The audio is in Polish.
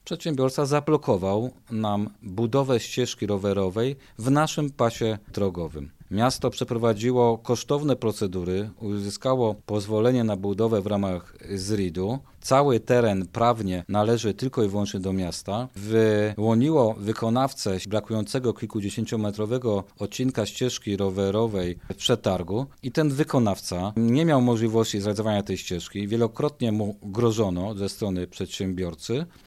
Przedsiębiorca zablokował nam budowę ścieżki rowerowej w naszym pasie drogowym. Miasto przeprowadziło kosztowne procedury, uzyskało pozwolenie na budowę w ramach ZRID-u. Cały teren prawnie należy tylko i wyłącznie do miasta. Wyłoniło wykonawcę brakującego kilkudziesięciometrowego odcinka ścieżki rowerowej w przetargu i ten wykonawca nie miał możliwości zrealizowania tej ścieżki. Wielokrotnie mu grożono ze strony przedsiębiorcy.